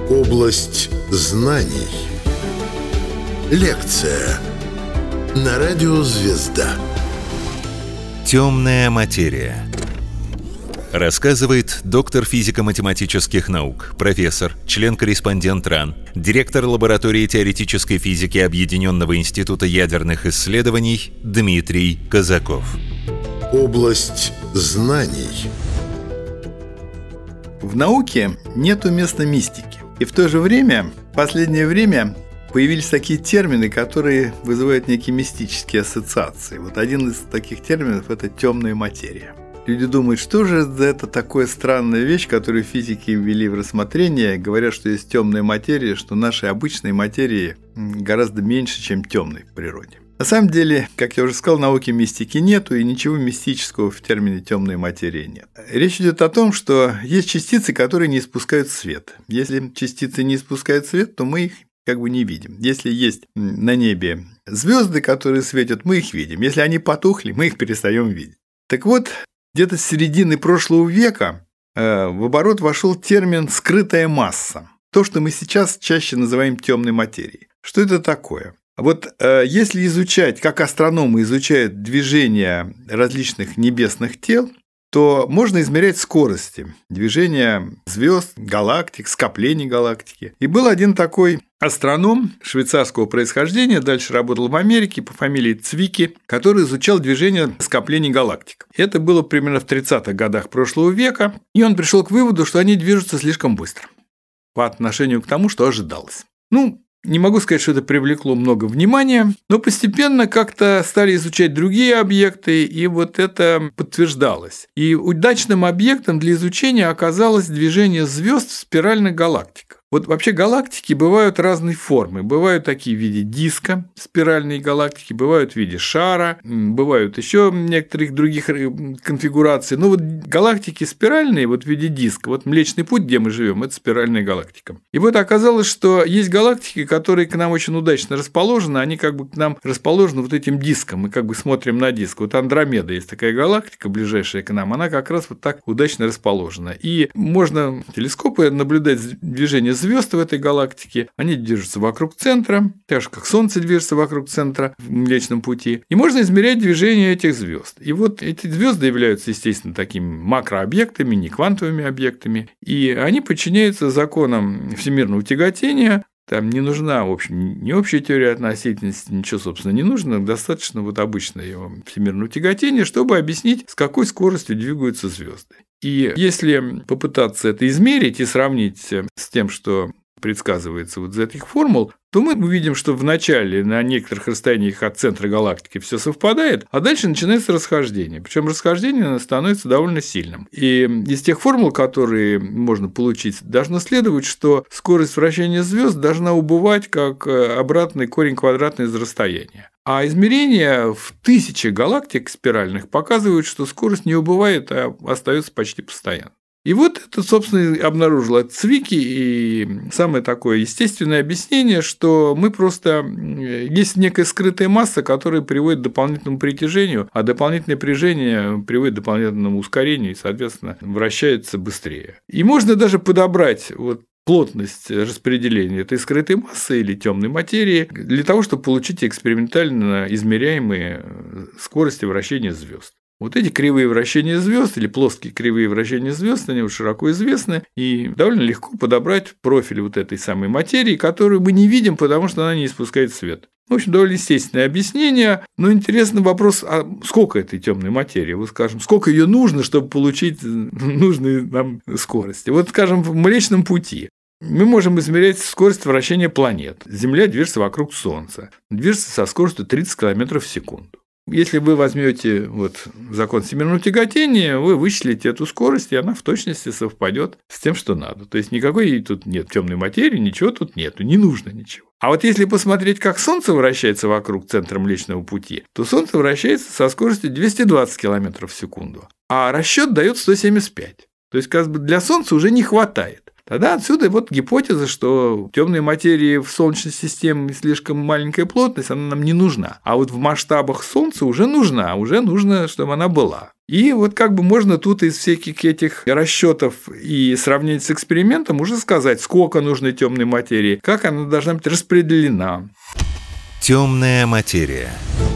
Область знаний. Лекция на радио «Звезда». Темная материя. Рассказывает доктор физико-математических наук, профессор, член-корреспондент РАН, директор лаборатории теоретической физики Объединенного института ядерных исследований Дмитрий Казаков. Область знаний. В науке нету места мистики. И в то же время, в последнее время появились такие термины, которые вызывают некие мистические ассоциации. Вот один из таких терминов – это темная материя. Люди думают, что же это такая странная вещь, которую физики ввели в рассмотрение, говорят, что есть темная материя, что нашей обычной материи гораздо меньше, чем темной в природе. На самом деле, как я уже сказал, в науке мистики нету, и ничего мистического в термине темная материя нет. Речь идет о том, что есть частицы, которые не испускают свет. Если частицы не испускают свет, то мы их не видим. Если есть на небе звезды, которые светят, мы их видим. Если они потухли, мы их перестаем видеть. Так вот, где-то с середины прошлого века в оборот вошел термин «скрытая масса». То, что мы сейчас чаще называем темной материей. Что это такое? Вот если изучать, как астрономы изучают движение различных небесных тел, то можно измерять скорости движения звезд, галактик, скоплений галактики. И был один такой астроном швейцарского происхождения, дальше работал в Америке по фамилии Цвики, который изучал движение скоплений галактик. Это было примерно в 30-х годах прошлого века, и он пришел к выводу, что они движутся слишком быстро по отношению к тому, что ожидалось. Не могу сказать, что это привлекло много внимания, но постепенно как-то стали изучать другие объекты, и вот это подтверждалось. И удачным объектом для изучения оказалось движение звезд в спиральных галактиках. Вот вообще галактики бывают разной формы. Бывают такие в виде диска, спиральные галактики, бывают в виде шара, бывают еще некоторых других конфигураций. Но вот галактики спиральные, вот в виде диска, вот Млечный Путь, где мы живем, это спиральная галактика. И вот оказалось, что есть галактики, которые к нам очень удачно расположены, они к нам расположены вот этим диском, мы смотрим на диск. Вот Андромеда есть такая галактика, ближайшая к нам, она как раз вот так удачно расположена. И можно телескопы наблюдать движение звезд в этой галактике, они движутся вокруг центра, так же, как Солнце движется вокруг центра в Млечном Пути, и можно измерять движение этих звезд. И вот эти звезды являются, естественно, такими макрообъектами, не квантовыми объектами, и они подчиняются законам всемирного тяготения. Там не нужна, в общем, ни общая теория относительности, ничего, собственно, не нужно. Достаточно вот обычного всемирного тяготения, чтобы объяснить, с какой скоростью двигаются звезды. И если попытаться это измерить и сравнить с тем, что предсказывается вот из этих формул, то мы увидим, что вначале на некоторых расстояниях от центра галактики все совпадает, а дальше начинается расхождение. Причем расхождение становится довольно сильным. И из тех формул, которые можно получить, должно следовать, что скорость вращения звезд должна убывать как обратный корень квадратный из расстояния. А измерения в 1000 галактик спиральных показывают, что скорость не убывает, а остается почти постоянно. И вот это, собственно, обнаружил Цвики, и самое такое естественное объяснение, что мы просто есть некая скрытая масса, которая приводит к дополнительному притяжению, а дополнительное притяжение приводит к дополнительному ускорению и, соответственно, вращается быстрее. И можно даже подобрать плотность распределения этой скрытой массы или темной материи для того, чтобы получить экспериментально измеряемые скорости вращения звезд. Вот эти кривые вращения звезд или плоские кривые вращения звезд, они широко известны, и довольно легко подобрать профиль вот этой самой материи, которую мы не видим, потому что она не испускает свет. В общем, довольно естественное объяснение, но интересный вопрос, а сколько этой темной материи? Вот, скажем, сколько ее нужно, чтобы получить нужные нам скорости? Вот, скажем, в Млечном Пути мы можем измерять скорость вращения планет. Земля движется вокруг Солнца, движется со скоростью 30 км в секунду. Если вы возьмете закон всемирного тяготения, вы вычислите эту скорость, и она в точности совпадет с тем, что надо. То есть никакой тут нет темной материи, ничего тут нету, не нужно ничего. А вот если посмотреть, как Солнце вращается вокруг центра Млечного Пути, то Солнце вращается со скоростью 220 км в секунду, а расчет дает 175. То есть, для Солнца уже не хватает. Тогда отсюда вот гипотеза, что темной материи в Солнечной системе слишком маленькая плотность, она нам не нужна. А вот в масштабах Солнца уже нужна, уже нужно, чтобы она была. И вот как бы можно тут из всяких этих расчетов и сравнить с экспериментом уже сказать, сколько нужно темной материи, как она должна быть распределена. Темная материя.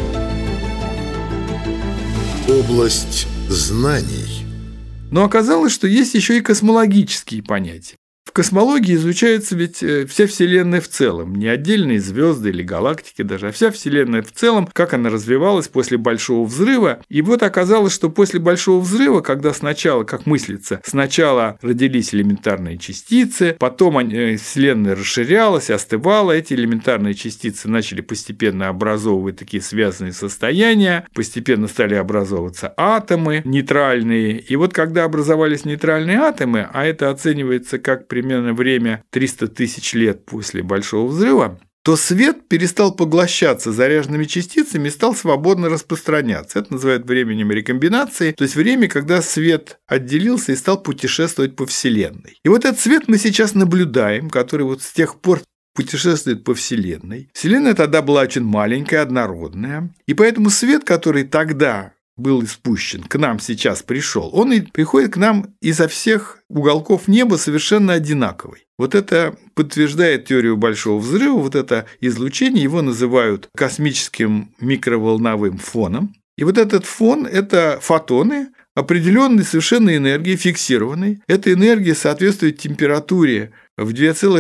Область знаний. Но оказалось, что есть еще и космологические понятия. В космологии изучается ведь вся Вселенная в целом, не отдельные звезды или галактики даже, а вся Вселенная в целом, как она развивалась после Большого взрыва. И вот оказалось, что после Большого взрыва, когда сначала, как мыслится, сначала родились элементарные частицы, потом Вселенная расширялась, остывала, эти элементарные частицы начали постепенно образовывать такие связанные состояния, постепенно стали образовываться атомы нейтральные. И вот когда образовались нейтральные атомы, а это оценивается как примерно время 300 тысяч лет после Большого взрыва, то свет перестал поглощаться заряженными частицами и стал свободно распространяться. Это называют временем рекомбинации, то есть время, когда свет отделился и стал путешествовать по Вселенной. И вот этот свет мы сейчас наблюдаем, который вот с тех пор путешествует по Вселенной. Вселенная тогда была очень маленькая, однородная, и поэтому свет, который тогда был испущен, к нам сейчас пришел, он и приходит к нам изо всех уголков неба совершенно одинаковый. Вот это подтверждает теорию Большого взрыва, вот это излучение, его называют космическим микроволновым фоном. И вот этот фон – это фотоны определенной совершенно энергии, фиксированной. Эта энергия соответствует температуре в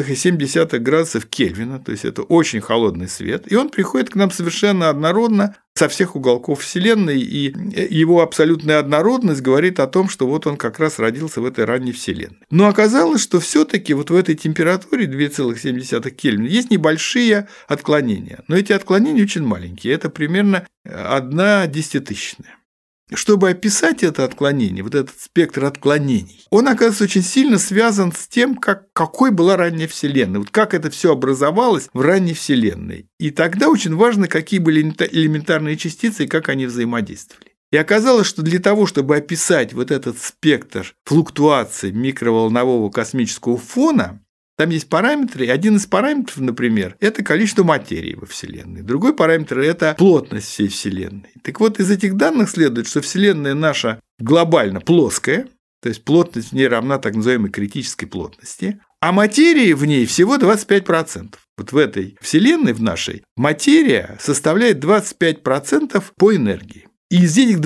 2,7 градусов Кельвина, то есть это очень холодный свет, и он приходит к нам совершенно однородно со всех уголков Вселенной, и его абсолютная однородность говорит о том, что вот он как раз родился в этой ранней Вселенной. Но оказалось, что все-таки вот в этой температуре 2,7 Кельвина есть небольшие отклонения, но эти отклонения очень маленькие, это примерно 1 десятитысячная. Чтобы описать это отклонение, вот этот спектр отклонений, он, оказывается, очень сильно связан с тем, какой была ранняя Вселенная, вот как это все образовалось в ранней Вселенной. И тогда очень важно, какие были элементарные частицы и как они взаимодействовали. И оказалось, что для того, чтобы описать вот этот спектр флуктуаций микроволнового космического фона, там есть параметры, и один из параметров, например, это количество материи во Вселенной. Другой параметр – это плотность всей Вселенной. Так вот, из этих данных следует, что Вселенная наша глобально плоская, то есть плотность в ней равна так называемой критической плотности, а материи в ней всего 25%. Вот в этой Вселенной, в нашей, материя составляет 25% по энергии. И из этих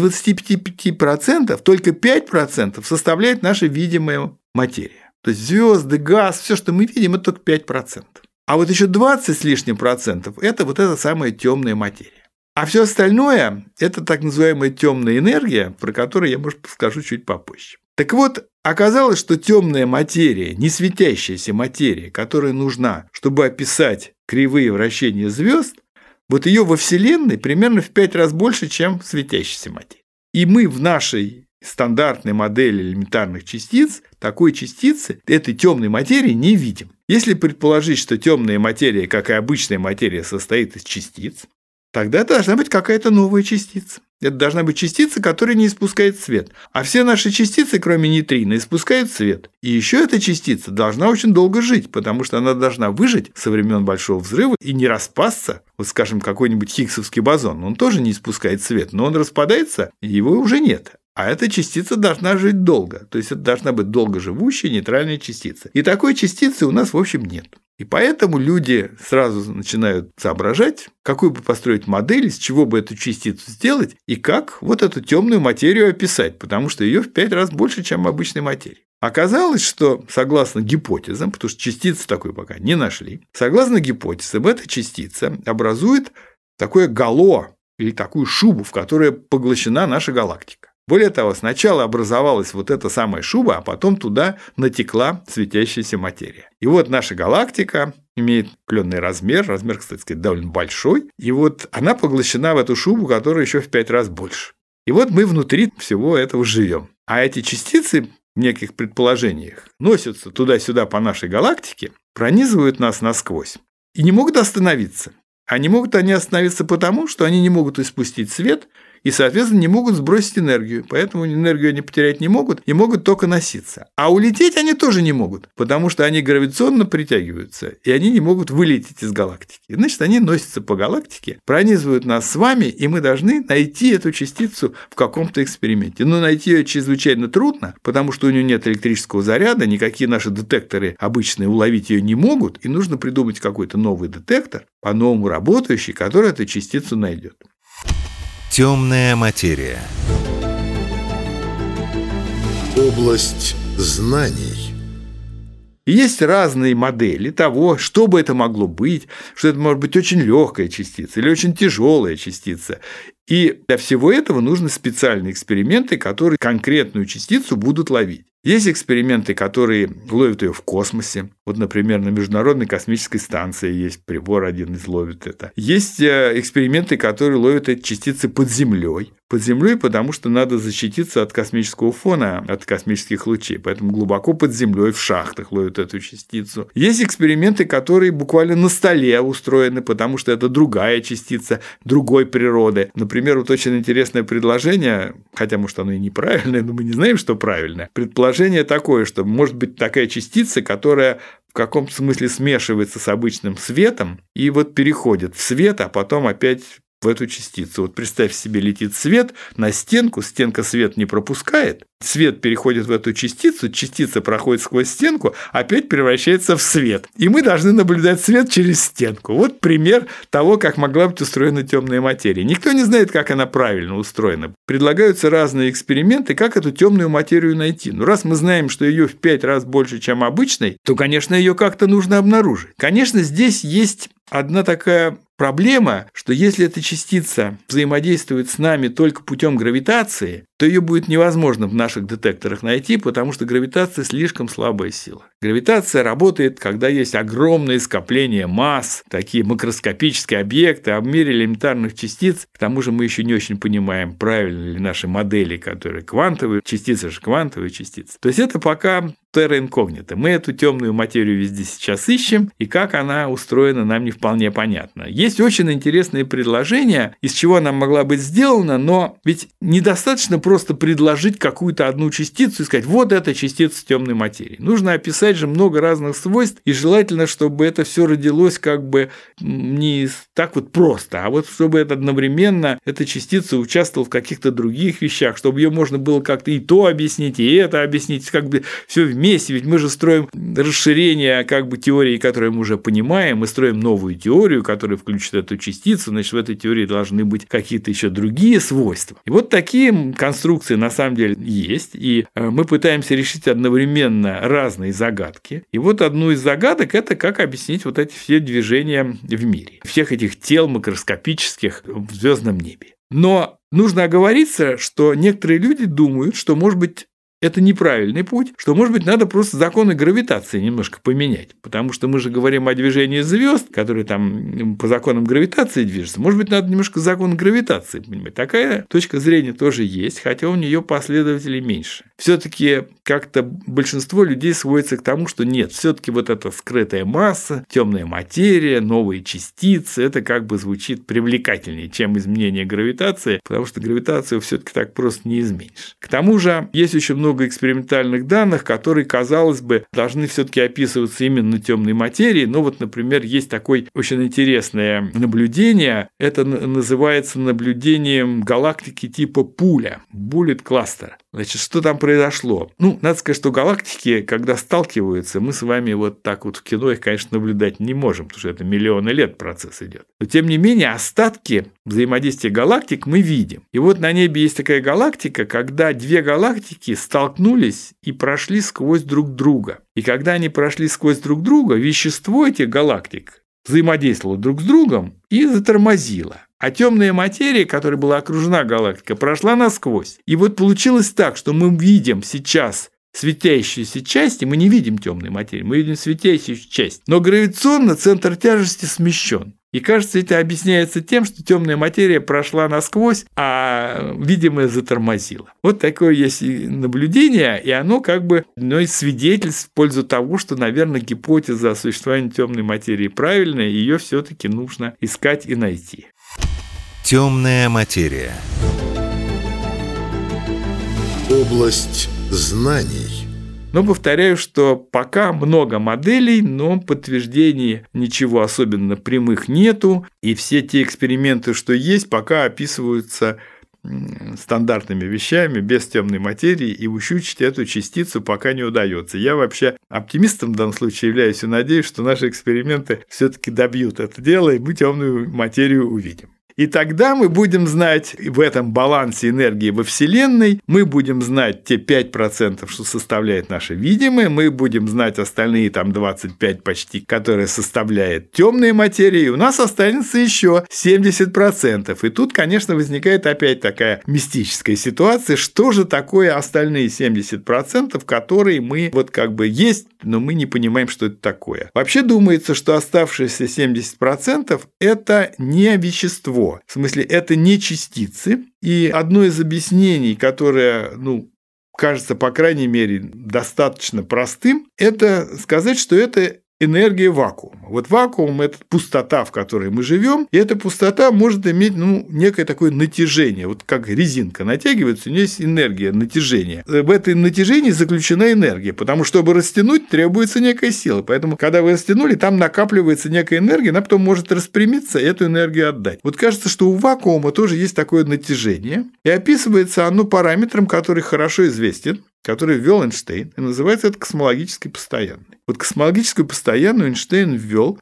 25% только 5% составляет наша видимая материя. То есть звезды, газ, все, что мы видим, это только 5%. А вот еще 20 с лишним процентов – это вот эта самая темная материя. А все остальное – это так называемая темная энергия, про которую я, может, скажу чуть попозже. Так вот, оказалось, что темная материя, не светящаяся материя, которая нужна, чтобы описать кривые вращения звезд, вот ее во Вселенной примерно в 5 раз больше, чем светящейся материи. И мы в нашей стандартной модели элементарных частиц такой частицы, этой темной материи, не видим. Если предположить, что темная материя, как и обычная материя, состоит из частиц, тогда должна быть какая-то новая частица. Это должна быть частица, которая не испускает свет. А все наши частицы, кроме нейтрино, испускают свет. И еще эта частица должна очень долго жить, потому что она должна выжить со времен Большого взрыва и не распасться. Вот, скажем, какой-нибудь Хиггсовский бозон, он тоже не испускает свет, но он распадается, и его уже нет. А эта частица должна жить долго, то есть это должна быть долгоживущая нейтральная частица. И такой частицы у нас, в общем, нет. И поэтому люди сразу начинают соображать, какую бы построить модель, из чего бы эту частицу сделать, и как вот эту темную материю описать, потому что ее в 5 раз больше, чем обычной материи. Оказалось, что согласно гипотезам, потому что частицы такой пока не нашли, согласно гипотезам, эта частица образует такое гало или такую шубу, в которой поглощена наша галактика. Более того, сначала образовалась вот эта самая шуба, а потом туда натекла светящаяся материя. И вот наша галактика имеет определенный размер, кстати сказать, довольно большой, и вот она поглощена в эту шубу, которая еще в 5 раз больше. И вот мы внутри всего этого живем. А эти частицы в неких предположениях носятся туда-сюда по нашей галактике, пронизывают нас насквозь и не могут остановиться. А не могут они остановиться потому, что они не могут испустить свет и, соответственно, не могут сбросить энергию. Поэтому энергию они потерять не могут и могут только носиться. А улететь они тоже не могут, потому что они гравитационно притягиваются, и они не могут вылететь из галактики. Значит, они носятся по галактике, пронизывают нас с вами, и мы должны найти эту частицу в каком-то эксперименте. Но найти ее чрезвычайно трудно, потому что у нее нет электрического заряда, никакие наши детекторы обычные уловить ее не могут, и нужно придумать какой-то новый детектор, по-новому работающий, который эту частицу найдет. Темная материя. Область знаний. Есть разные модели того, что бы это могло быть, что это может быть очень легкая частица или очень тяжелая частица. И для всего этого нужны специальные эксперименты, которые конкретную частицу будут ловить. Есть эксперименты, которые ловят ее в космосе. Вот, например, на Международной космической станции есть прибор, один из ловит это. Есть эксперименты, которые ловят эти частицы под землей. Под землей, потому что надо защититься от космического фона, от космических лучей. Поэтому глубоко под землей в шахтах ловят эту частицу. Есть эксперименты, которые буквально на столе устроены, потому что это другая частица, другой природы. Например, вот очень интересное предложение, хотя, может, оно и неправильное, но мы не знаем, что правильное. Предположение такое, что может быть такая частица, которая в каком-то смысле смешивается с обычным светом и вот переходит в свет, а потом опять в эту частицу. Вот представь себе, летит свет на стенку, стенка свет не пропускает, свет переходит в эту частицу, частица проходит сквозь стенку, опять превращается в свет. И мы должны наблюдать свет через стенку. Вот пример того, как могла быть устроена темная материя. Никто не знает, как она правильно устроена. Предлагаются разные эксперименты, как эту темную материю найти. Но раз мы знаем, что ее в 5 раз больше, чем обычной, то, конечно, ее как-то нужно обнаружить. Конечно, здесь есть одна такая проблема, что если эта частица взаимодействует с нами только путем гравитации, то ее будет невозможно в наших детекторах найти, потому что гравитация слишком слабая сила. Гравитация работает, когда есть огромное скопление масс, такие макроскопические объекты, а в мире элементарных частиц, к тому же мы еще не очень понимаем, правильно ли наши модели, которые квантовые частицы, же квантовые частицы. То есть это пока терра инкогнита. Мы эту темную материю везде сейчас ищем, и как она устроена, нам не вполне понятно. Есть очень интересные предложения, из чего она могла быть сделана, но ведь недостаточно просто предложить какую-то одну частицу и сказать, вот эта частица темной материи. Нужно описать же много разных свойств, и желательно, чтобы это все родилось как бы не так вот просто, а вот чтобы это одновременно, эта частица участвовала в каких-то других вещах, чтобы ее можно было как-то и то объяснить, и это объяснить, как бы все вместе, ведь мы же строим расширение как бы теории, которую мы уже понимаем, мы строим новую теорию, которая включит эту частицу, значит, в этой теории должны быть какие-то еще другие свойства. И вот такие конструкции на самом деле есть, и мы пытаемся решить одновременно разные загадки. И вот одну из загадок – это как объяснить вот эти все движения в мире, всех этих тел макроскопических в звездном небе. Но нужно оговориться, что некоторые люди думают, что, может быть, это неправильный путь, что, может быть, надо просто законы гравитации немножко поменять, потому что мы же говорим о движении звезд, которые там по законам гравитации движутся. Может быть, надо немножко закон гравитации понимать. Такая точка зрения тоже есть, хотя у нее последователей меньше. Все-таки как-то большинство людей сводится к тому, что нет, все-таки вот эта скрытая масса, темная материя, новые частицы, это как бы звучит привлекательнее, чем изменение гравитации, потому что гравитацию все-таки так просто не изменишь. К тому же есть очень много экспериментальных данных, которые, казалось бы, должны все-таки описываться именно темной материей. Но вот, например, есть такое очень интересное наблюдение. Это называется наблюдением галактики типа пуля, Bullet Cluster. Значит, что там произошло? Надо сказать, что галактики, когда сталкиваются, мы с вами вот так вот в кино их, конечно, наблюдать не можем, потому что это миллионы лет процесс идет. Но, тем не менее, остатки взаимодействия галактик мы видим. И вот на небе есть такая галактика, когда две галактики столкнулись и прошли сквозь друг друга. И когда они прошли сквозь друг друга, вещество этих галактик взаимодействовало друг с другом и затормозило. А темная материя, которой была окружена галактика, прошла насквозь. И вот получилось так, что мы видим сейчас светящуюся часть, и мы не видим темной материи, мы видим светящуюся часть. Но гравитационно центр тяжести смещен. И кажется, это объясняется тем, что темная материя прошла насквозь, а видимое затормозило. Вот такое есть наблюдение, и оно как бы одно из свидетельств в пользу того, что, наверное, гипотеза о существовании темной материи правильная, ее все-таки нужно искать и найти. Темная материя. Область знаний. Но повторяю, что пока много моделей, но подтверждений ничего особенно прямых нету, и все те эксперименты, что есть, пока описываются стандартными вещами, без темной материи, и ущучить эту частицу пока не удается. Я вообще оптимистом в данном случае являюсь и надеюсь, что наши эксперименты все-таки добьют это дело, и мы темную материю увидим. И тогда мы будем знать в этом балансе энергии во Вселенной, мы будем знать те 5%, что составляет наше видимое, мы будем знать остальные там 25 почти, которые составляет темная материя, и у нас останется еще 70%. И тут, конечно, возникает опять такая мистическая ситуация, что же такое остальные 70%, которые мы вот как бы есть, но мы не понимаем, что это такое. Вообще думается, что оставшиеся 70% – это не вещество. В смысле, это не частицы. И одно из объяснений, которое, кажется, по крайней мере, достаточно простым, это сказать, что это энергия вакуума. Вот вакуум – это пустота, в которой мы живем, и эта пустота может иметь некое такое натяжение. Вот как резинка натягивается, у нее есть энергия натяжения. В этом натяжении заключена энергия, потому что, чтобы растянуть, требуется некая сила. Поэтому, когда вы растянули, там накапливается некая энергия, она потом может распрямиться и эту энергию отдать. Вот кажется, что у вакуума тоже есть такое натяжение, и описывается оно параметром, который хорошо известен, который ввел Эйнштейн, и называется это космологический постоянный. Вот космологическую постоянную Эйнштейн ввел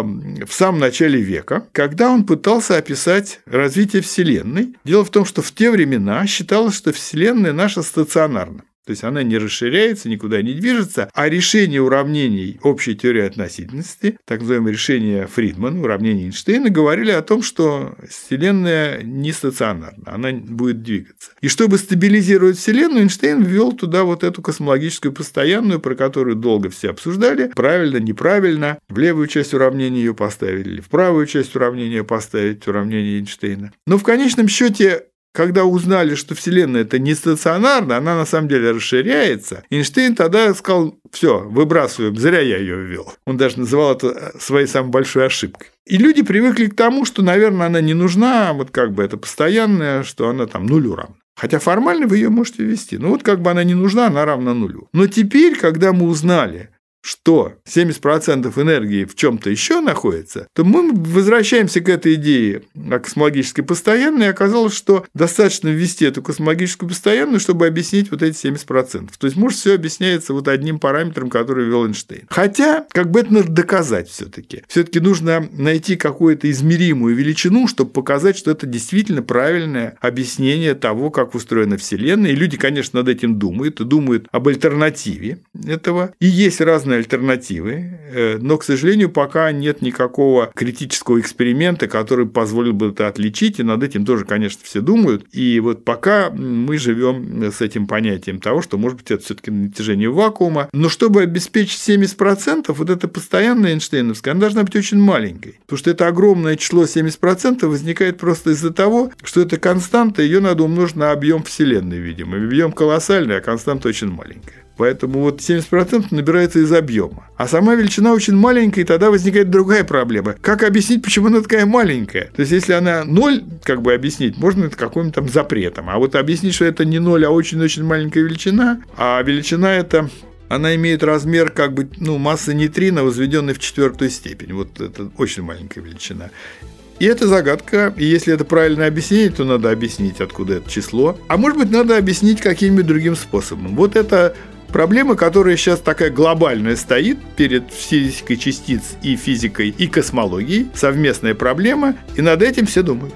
в самом начале века, когда он пытался описать развитие Вселенной. Дело в том, что в те времена считалось, что Вселенная наша стационарна. То есть она не расширяется, никуда не движется, а решение уравнений общей теории относительности, так называемое решение Фридмана, уравнения Эйнштейна, говорили о том, что Вселенная не стационарна, она будет двигаться. И чтобы стабилизировать Вселенную, Эйнштейн ввел туда вот эту космологическую постоянную, про которую долго все обсуждали, правильно, неправильно, в левую часть уравнения ее поставили, или в правую часть уравнения поставить уравнение Эйнштейна. Но в конечном счете, когда узнали, что Вселенная это не стационарна, она на самом деле расширяется, Эйнштейн тогда сказал: все, выбрасываем, зря я ее ввел. Он даже называл это своей самой большой ошибкой. И люди привыкли к тому, что, наверное, она не нужна, вот как бы это постоянная, что она там нулю равна. Хотя формально вы ее можете ввести. Но вот как бы она не нужна, она равна нулю. Но теперь, когда мы узнали, что 70% энергии в чем-то еще находится, то мы возвращаемся к этой идее о космологической постоянной, и оказалось, что достаточно ввести эту космологическую постоянную, чтобы объяснить вот эти 70%. То есть, может, все объясняется вот одним параметром, который ввел Эйнштейн. Хотя, как бы это надо доказать все-таки. Все-таки нужно найти какую-то измеримую величину, чтобы показать, что это действительно правильное объяснение того, как устроена Вселенная. И люди, конечно, над этим думают, и думают об альтернативе этого. И есть разные альтернативы, но, к сожалению, пока нет никакого критического эксперимента, который позволил бы это отличить, и над этим тоже, конечно, все думают. И вот пока мы живем с этим понятием того, что, может быть, это все-таки натяжение вакуума, но чтобы обеспечить 70%, вот это постоянная эйнштейновская, она должна быть очень маленькой, потому что это огромное число 70% возникает просто из-за того, что это константа, ее надо умножить на объем Вселенной, видимо. Объем колоссальный, а константа очень маленькая. Поэтому вот 70% набирается из объема. А сама величина очень маленькая, и тогда возникает другая проблема. Как объяснить, почему она такая маленькая? То есть, если она 0, как бы объяснить, можно это каким-то там запретом. А вот объяснить, что это не 0, а очень-очень маленькая величина, а величина это... Она имеет размер как бы массы нейтрино, возведенной в 4-ю степень. Вот это очень маленькая величина. И это загадка, и если это правильно объяснить, то надо объяснить, откуда это число. А может быть, надо объяснить каким-нибудь другим способом. Вот это проблема, которая сейчас такая глобальная стоит перед физикой частиц и физикой, и космологией. Совместная проблема, и над этим все думают.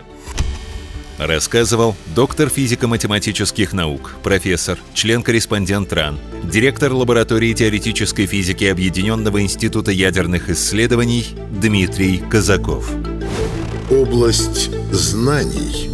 Рассказывал доктор физико-математических наук, профессор, член-корреспондент РАН, директор лаборатории теоретической физики Объединенного института ядерных исследований Дмитрий Казаков. Область знаний.